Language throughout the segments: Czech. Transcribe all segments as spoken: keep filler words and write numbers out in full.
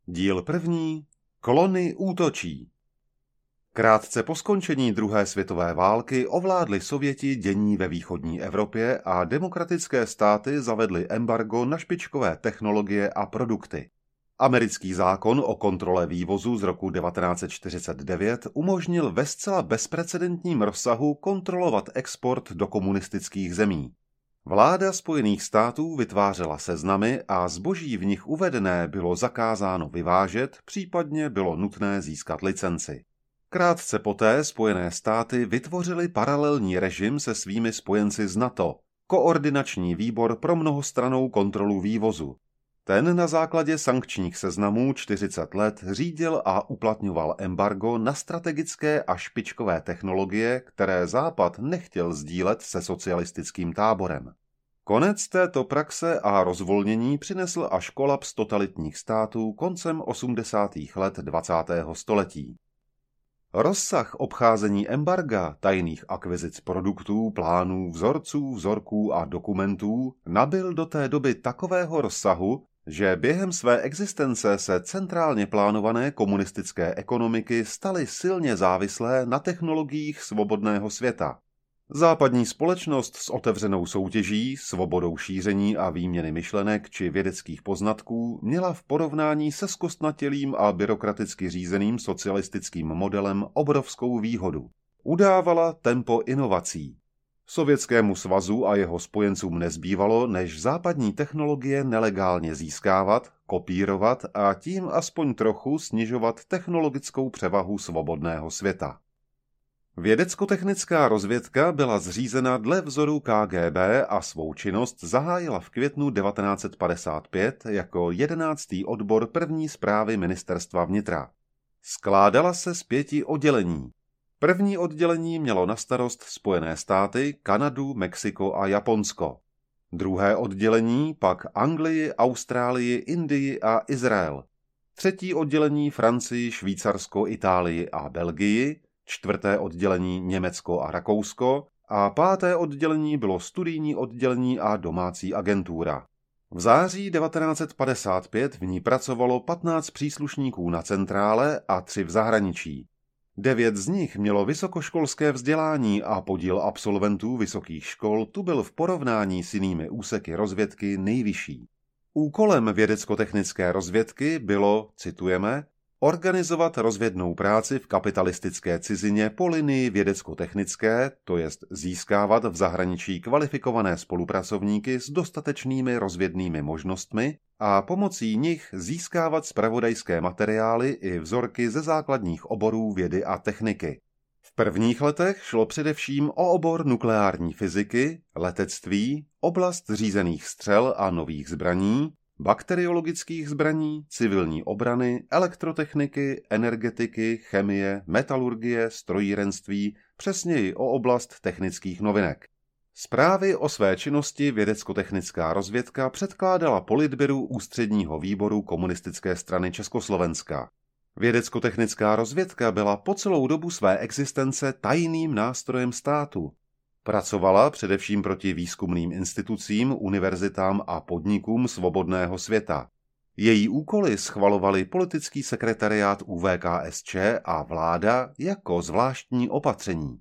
Díl první. Klony útočí. Krátce po skončení druhé světové války ovládli Sověti dění ve východní Evropě a demokratické státy zavedly embargo na špičkové technologie a produkty. Americký zákon o kontrole vývozu z roku devatenáct set čtyřicet devět umožnil ve zcela bezprecedentním rozsahu kontrolovat export do komunistických zemí. Vláda Spojených států vytvářela seznamy a zboží v nich uvedené bylo zakázáno vyvážet, případně bylo nutné získat licenci. Krátce poté Spojené státy vytvořily paralelní režim se svými spojenci z NATO, Koordinační výbor pro mnohostrannou kontrolu vývozu. Ten na základě sankčních seznamů čtyřicet let řídil a uplatňoval embargo na strategické a špičkové technologie, které Západ nechtěl sdílet se socialistickým táborem. Konec této praxe a rozvolnění přinesl až kolaps totalitních států koncem osmdesátých let dvacátého století. Rozsah obcházení embarga, tajných akvizic produktů, plánů, vzorců, vzorků a dokumentů nabyl do té doby takového rozsahu, že během své existence se centrálně plánované komunistické ekonomiky staly silně závislé na technologiích svobodného světa. Západní společnost s otevřenou soutěží, svobodou šíření a výměny myšlenek či vědeckých poznatků měla v porovnání se zkostnatělým a byrokraticky řízeným socialistickým modelem obrovskou výhodu. Udávala tempo inovací. Sovětskému svazu a jeho spojencům nezbývalo, než západní technologie nelegálně získávat, kopírovat a tím aspoň trochu snižovat technologickou převahu svobodného světa. Vědecko-technická rozvědka byla zřízena dle vzoru K G B a svou činnost zahájila v květnu devatenáct set padesát pět jako jedenáctý odbor první správy ministerstva vnitra. Skládala se z pěti oddělení. První oddělení mělo na starost Spojené státy, Kanadu, Mexiko a Japonsko. Druhé oddělení pak Anglii, Austrálii, Indii a Izrael. Třetí oddělení Francii, Švýcarsko, Itálii a Belgii. Čtvrté oddělení Německo a Rakousko a páté oddělení bylo studijní oddělení a domácí agentura. V září devatenáct set padesát pět v ní pracovalo patnáct příslušníků na centrále a tři v zahraničí. Devět z nich mělo vysokoškolské vzdělání a podíl absolventů vysokých škol tu byl v porovnání s jinými úseky rozvědky nejvyšší. Úkolem vědecko-technické rozvědky bylo, citujeme, organizovat rozvědnou práci v kapitalistické cizině po linii vědecko-technické, to jest získávat v zahraničí kvalifikované spolupracovníky s dostatečnými rozvědnými možnostmi a pomocí nich získávat zpravodajské materiály i vzorky ze základních oborů vědy a techniky. V prvních letech šlo především o obor nukleární fyziky, letectví, oblast řízených střel a nových zbraní, bakteriologických zbraní, civilní obrany, elektrotechniky, energetiky, chemie, metalurgie, strojírenství, přesněji o oblast technických novinek. Zprávy o své činnosti vědecko-technická rozvědka předkládala politbyru Ústředního výboru Komunistické strany Československa. Vědecko-technická rozvědka byla po celou dobu své existence tajným nástrojem státu. Pracovala především proti výzkumným institucím, univerzitám a podnikům svobodného světa. Její úkoly schvalovali politický sekretariát U V K S Č a vláda jako zvláštní opatření.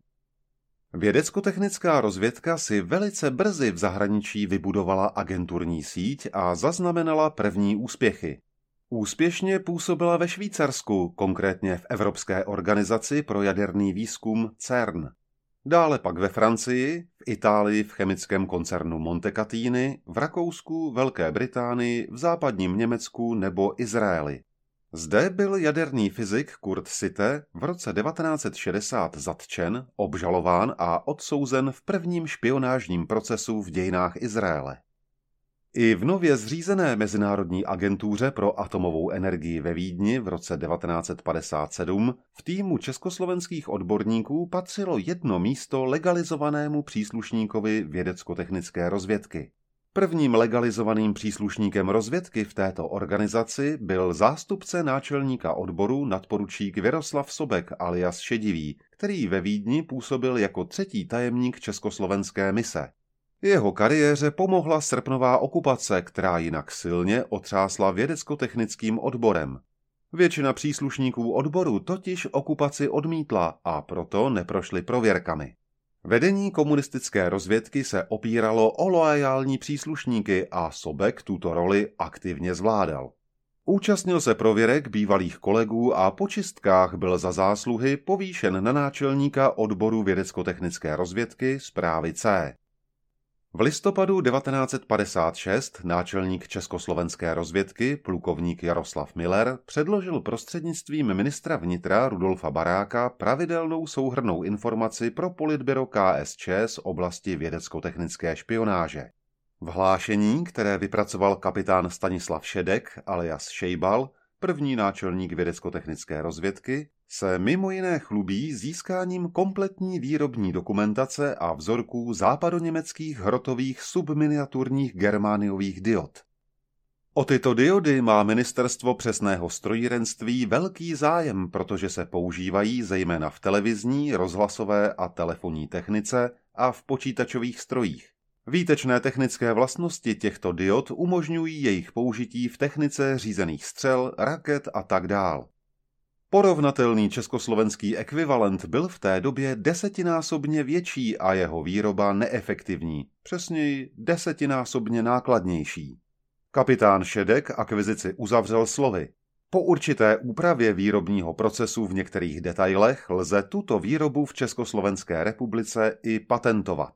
Vědecko-technická rozvědka si velice brzy v zahraničí vybudovala agenturní síť a zaznamenala první úspěchy. Úspěšně působila ve Švýcarsku, konkrétně v Evropské organizaci pro jaderný výzkum CERN. Dále pak ve Francii, v Itálii v chemickém koncernu Montecatini, v Rakousku, Velké Británii, v západním Německu nebo Izraeli. Zde byl jaderný fyzik Kurt Sitte v roce devatenáct set šedesát zatčen, obžalován a odsouzen v prvním špionážním procesu v dějinách Izraele. I v nově zřízené Mezinárodní agentuře pro atomovou energii ve Vídni v roce devatenáct set padesát sedm v týmu československých odborníků patřilo jedno místo legalizovanému příslušníkovi vědecko-technické rozvědky. Prvním legalizovaným příslušníkem rozvědky v této organizaci byl zástupce náčelníka odboru nadporučík Věroslav Sobek alias Šedivý, který ve Vídni působil jako třetí tajemník československé mise. Jeho kariéře pomohla srpnová okupace, která jinak silně otřásla vědecko-technickým odborem. Většina příslušníků odboru totiž okupaci odmítla a proto neprošli prověrkami. Vedení komunistické rozvědky se opíralo o loajální příslušníky a Sobek tuto roli aktivně zvládal. Účastnil se prověrek bývalých kolegů a po čistkách byl za zásluhy povýšen na náčelníka odboru vědecko-technické rozvědky zprávy C. V listopadu devatenáct set padesát šest náčelník československé rozvědky plukovník Jaroslav Miller předložil prostřednictvím ministra vnitra Rudolfa Baráka pravidelnou souhrnnou informaci pro politbyro K S Č z oblasti vědecko-technické špionáže. V hlášení, které vypracoval kapitán Stanislav Šedek alias Šejbal, první náčelník vědecko-technické rozvědky, se mimo jiné chlubí získáním kompletní výrobní dokumentace a vzorků západoněmeckých hrotových subminiaturních germániových diod. O tyto diody má ministerstvo přesného strojírenství velký zájem, protože se používají zejména v televizní, rozhlasové a telefonní technice a v počítačových strojích. Výtečné technické vlastnosti těchto diod umožňují jejich použití v technice řízených střel, raket a tak dál. Porovnatelný československý ekvivalent byl v té době desetinásobně větší a jeho výroba neefektivní, přesněji desetinásobně nákladnější. Kapitán Šedek akvizici uzavřel slovy: po určité úpravě výrobního procesu v některých detailech lze tuto výrobu v Československé republice i patentovat.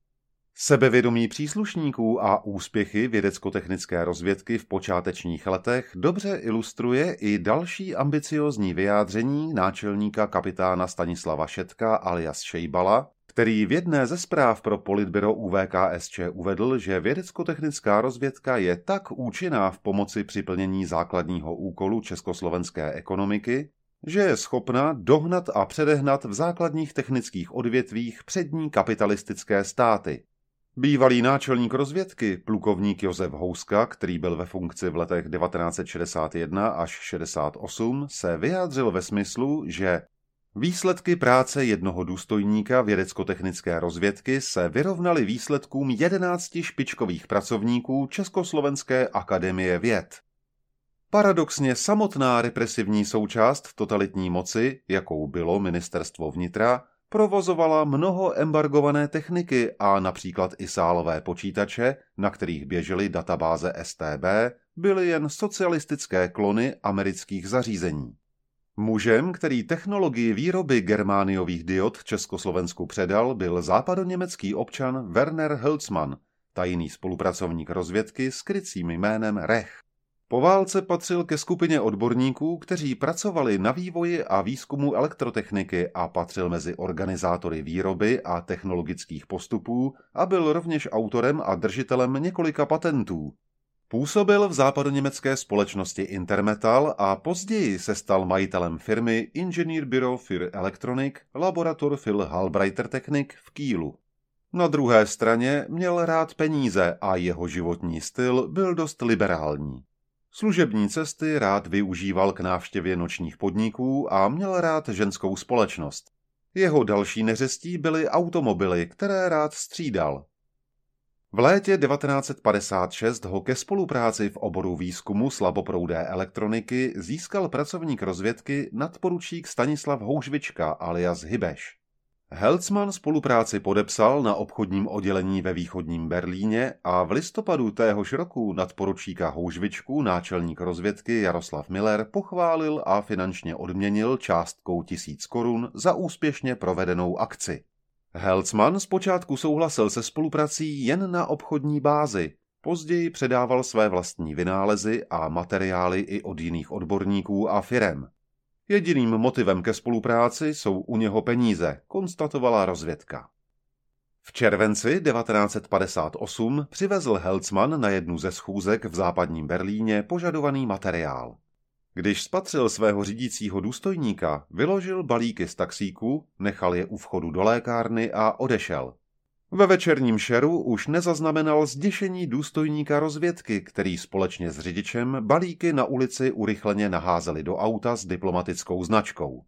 Sebevědomí příslušníků a úspěchy vědecko-technické rozvědky v počátečních letech dobře ilustruje i další ambiciózní vyjádření náčelníka kapitána Stanislava Šedka alias Šejbala, který v jedné ze zpráv pro politbyro U V K S Č uvedl, že vědecko-technická rozvědka je tak účinná v pomoci při plnění základního úkolu československé ekonomiky, že je schopna dohnat a předehnat v základních technických odvětvích přední kapitalistické státy. Bývalý náčelník rozvědky, plukovník Josef Houska, který byl ve funkci v letech devatenáct set šedesát jedna až šedesát osm, se vyjádřil ve smyslu, že výsledky práce jednoho důstojníka vědecko-technické rozvědky se vyrovnaly výsledkům jedenácti špičkových pracovníků Československé akademie věd. Paradoxně samotná represivní součást totalitní moci, jakou bylo ministerstvo vnitra, provozovala mnoho embargované techniky a například i sálové počítače, na kterých běžely databáze S T B, byly jen socialistické klony amerických zařízení. Mužem, který technologii výroby germániových diod Československu předal, byl západoněmecký občan Werner Hölzmann, tajný spolupracovník rozvědky s krycím jménem Rech. Po válce patřil ke skupině odborníků, kteří pracovali na vývoji a výzkumu elektrotechniky a patřil mezi organizátory výroby a technologických postupů a byl rovněž autorem a držitelem několika patentů. Působil v západoněmecké společnosti Intermetal a později se stal majitelem firmy Ingenieurbüro für Elektronik Laborator für Halbleitertechnik v Kielu. Na druhé straně měl rád peníze a jeho životní styl byl dost liberální. Služební cesty rád využíval k návštěvě nočních podniků a měl rád ženskou společnost. Jeho další neřestí byly automobily, které rád střídal. V létě devatenáct set padesát šest ho ke spolupráci v oboru výzkumu slaboproudé elektroniky získal pracovník rozvědky nadporučík Stanislav Houžvička alias Hybeš. Hölzmann spolupráci podepsal na obchodním oddělení ve východním Berlíně a v listopadu téhož roku nadporučíka Houžvičku náčelník rozvědky Jaroslav Miller pochválil a finančně odměnil částkou tisíc korun za úspěšně provedenou akci. Hölzmann zpočátku souhlasil se spoluprací jen na obchodní bázi, později předával své vlastní vynálezy a materiály i od jiných odborníků a firem. Jediným motivem ke spolupráci jsou u něho peníze, konstatovala rozvědka. V červenci devatenáct set padesát osm přivezl Hölzmann na jednu ze schůzek v západním Berlíně požadovaný materiál. Když spatřil svého řídícího důstojníka, vyložil balíky z taxíku, nechal je u vchodu do lékárny a odešel. Ve večerním šeru už nezaznamenal zděšení důstojníka rozvědky, který společně s řidičem balíky na ulici urychleně naházeli do auta s diplomatickou značkou.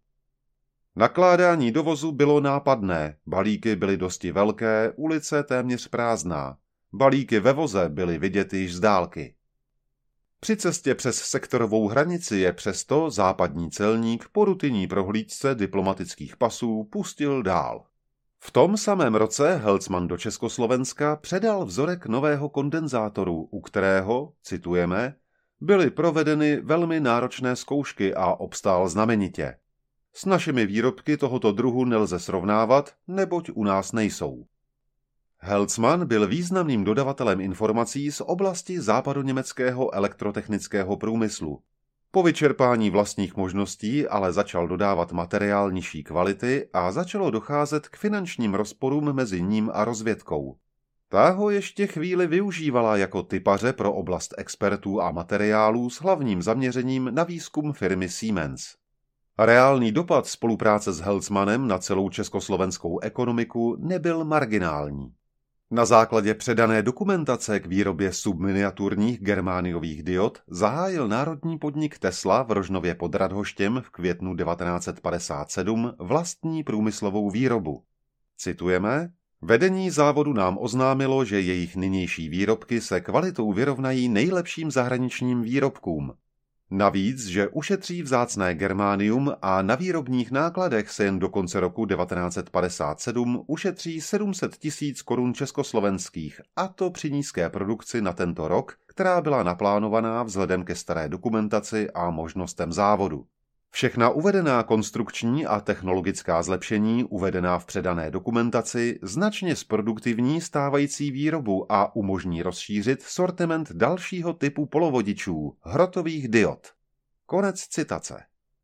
Nakládání do vozu bylo nápadné, balíky byly dosti velké, ulice téměř prázdná. Balíky ve voze byly vidět již z dálky. Při cestě přes sektorovou hranici je přesto západní celník po rutinní prohlídce diplomatických pasů pustil dál. V tom samém roce Helcman do Československa předal vzorek nového kondenzátoru, u kterého, citujeme, byly provedeny velmi náročné zkoušky a obstál znamenitě. S našimi výrobky tohoto druhu nelze srovnávat, neboť u nás nejsou. Helcman byl významným dodavatelem informací z oblasti západoněmeckého elektrotechnického průmyslu. Po vyčerpání vlastních možností ale začal dodávat materiál nižší kvality a začalo docházet k finančním rozporům mezi ním a rozvědkou. Ta ho ještě chvíli využívala jako typaře pro oblast expertů a materiálů s hlavním zaměřením na výzkum firmy Siemens. Reálný dopad spolupráce s Helcmanem na celou československou ekonomiku nebyl marginální. Na základě předané dokumentace k výrobě subminiaturních germániových diod zahájil národní podnik Tesla v Rožnově pod Radhoštěm v květnu devatenáct set padesát sedm vlastní průmyslovou výrobu. Citujeme, vedení závodu nám oznámilo, že jejich nynější výrobky se kvalitou vyrovnají nejlepším zahraničním výrobkům. Navíc, že ušetří vzácné germánium a na výrobních nákladech se jen do konce roku devatenáct set padesát sedm ušetří sedm set tisíc korun československých, a to při nízké produkci na tento rok, která byla naplánovaná vzhledem ke staré dokumentaci a možnostem závodu. Všechna uvedená konstrukční a technologická zlepšení uvedená v předané dokumentaci značně zproduktivní stávající výrobu a umožní rozšířit sortiment dalšího typu polovodičů, hrotových diod. Konec citace.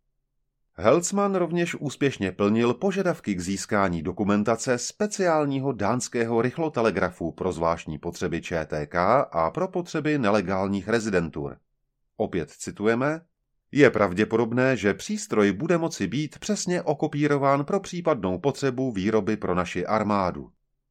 Helcman rovněž úspěšně plnil požadavky k získání dokumentace speciálního dánského rychlotelegrafu pro zvláštní potřeby Č T K a pro potřeby nelegálních rezidentur. Opět citujeme, je pravděpodobné, že přístroj bude moci být přesně okopírován pro případnou potřebu výroby pro naši armádu.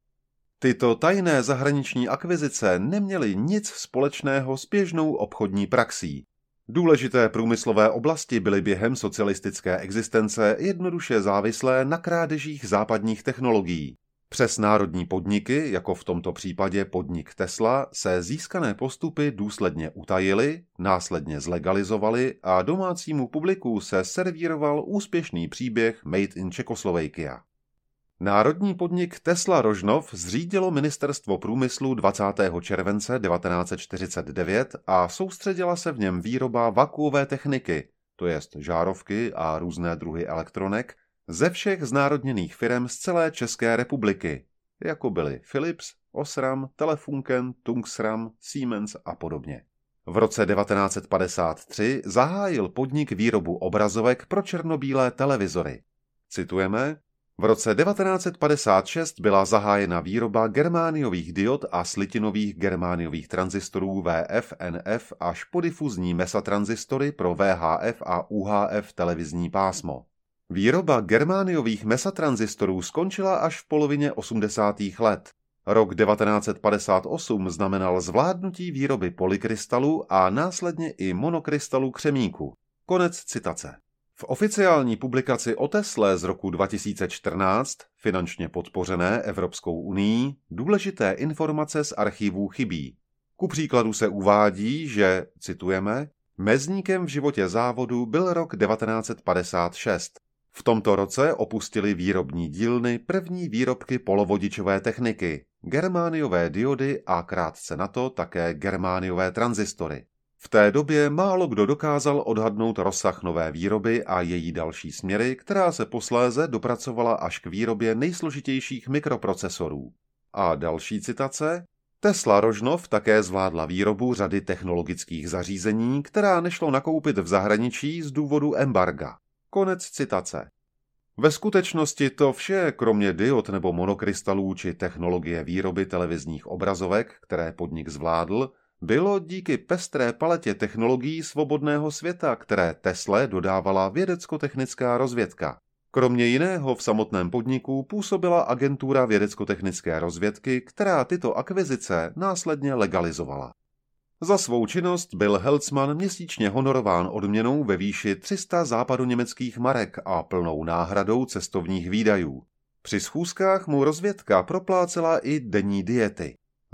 Tyto tajné zahraniční akvizice neměly nic společného s běžnou obchodní praxí. Důležité průmyslové oblasti byly během socialistické existence jednoduše závislé na krádežích západních technologií. Přes národní podniky, jako v tomto případě podnik Tesla, se získané postupy důsledně utajily, následně zlegalizovaly a domácímu publiku se servíroval úspěšný příběh Made in Czechoslovakia. Národní podnik Tesla Rožnov zřídilo Ministerstvo průmyslu dvacátého července devatenáct set čtyřicet devět a soustředila se v něm výroba vakuové techniky, to jest žárovky a různé druhy elektronek, ze všech znárodněných firem z celé České republiky, jako byly Philips, Osram, Telefunken, Tungsram, Siemens a podobně. V roce devatenáct set padesát tři zahájil podnik výrobu obrazovek pro černobílé televizory. Citujeme, v roce devatenáct set padesát šest byla zahájena výroba germániových diod a slitinových germániových tranzistorů V F, N F až po difuzní mesatranzistory pro V H F a U H F televizní pásmo. Výroba germániových mesatranzistorů skončila až v polovině osmdesátých let. Rok devatenáct set padesát osm znamenal zvládnutí výroby polykrystalu a následně i monokrystalu křemíku. Konec citace. V oficiální publikaci o Tesle z roku dva tisíce čtrnáct, finančně podpořené Evropskou unií, důležité informace z archivů chybí. Ku příkladu se uvádí, že, citujeme, mezníkem v životě závodu byl rok devatenáct set padesát šest. V tomto roce opustili výrobní dílny první výrobky polovodičové techniky, germániové diody a krátce na to také germániové tranzistory. V té době málo kdo dokázal odhadnout rozsah nové výroby a její další směry, která se posléze dopracovala až k výrobě nejsložitějších mikroprocesorů. A další citace? Tesla Rožnov také zvládla výrobu řady technologických zařízení, která nešlo nakoupit v zahraničí z důvodu embarga. Konec citace. Ve skutečnosti to vše, kromě diod nebo monokrystalů či technologie výroby televizních obrazovek, které podnik zvládl, bylo díky pestré paletě technologií svobodného světa, které Tesle dodávala vědecko-technická rozvědka. Kromě jiného v samotném podniku působila agentura vědecko-technické rozvědky, která tyto akvizice následně legalizovala. Za svou činnost byl Helcman měsíčně honorován odměnou ve výši tři sta západoněmeckých marek a plnou náhradou cestovních výdajů. Při schůzkách mu rozvědka proplácela i denní diety.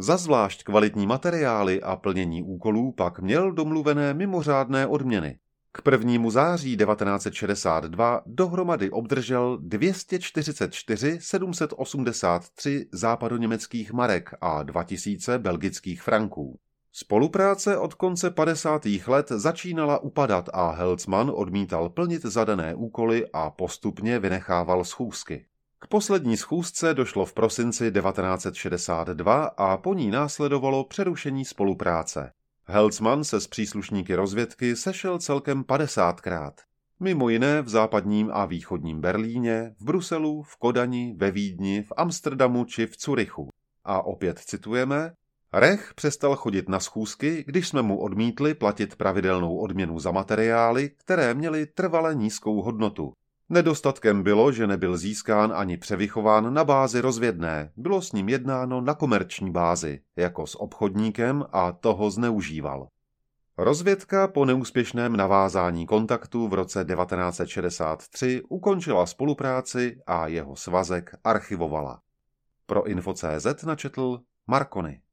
Za zvlášť kvalitní materiály a plnění úkolů pak měl domluvené mimořádné odměny. K prvnímu září devatenáct set šedesát dva dohromady obdržel dvě stě čtyřicet čtyři tisíc sedm set osmdesát tři západoněmeckých marek a dva tisíce belgických franků. Spolupráce od konce padesátých let začínala upadat a Helcman odmítal plnit zadané úkoly a postupně vynechával schůzky. K poslední schůzce došlo v prosinci devatenáct set šedesát dva a po ní následovalo přerušení spolupráce. Helcman se s příslušníky rozvědky sešel celkem padesátkrát. Mimo jiné v západním a východním Berlíně, v Bruselu, v Kodani, ve Vídni, v Amsterdamu či v Curychu. A opět citujeme: Rech přestal chodit na schůzky, když jsme mu odmítli platit pravidelnou odměnu za materiály, které měly trvale nízkou hodnotu. Nedostatkem bylo, že nebyl získán ani převychován na bázi rozvědné, bylo s ním jednáno na komerční bázi, jako s obchodníkem a toho zneužíval. Rozvědka po neúspěšném navázání kontaktu v roce devatenáct set šedesát tři ukončila spolupráci a jeho svazek archivovala. Pro info tečka cé zet načetl Marconi.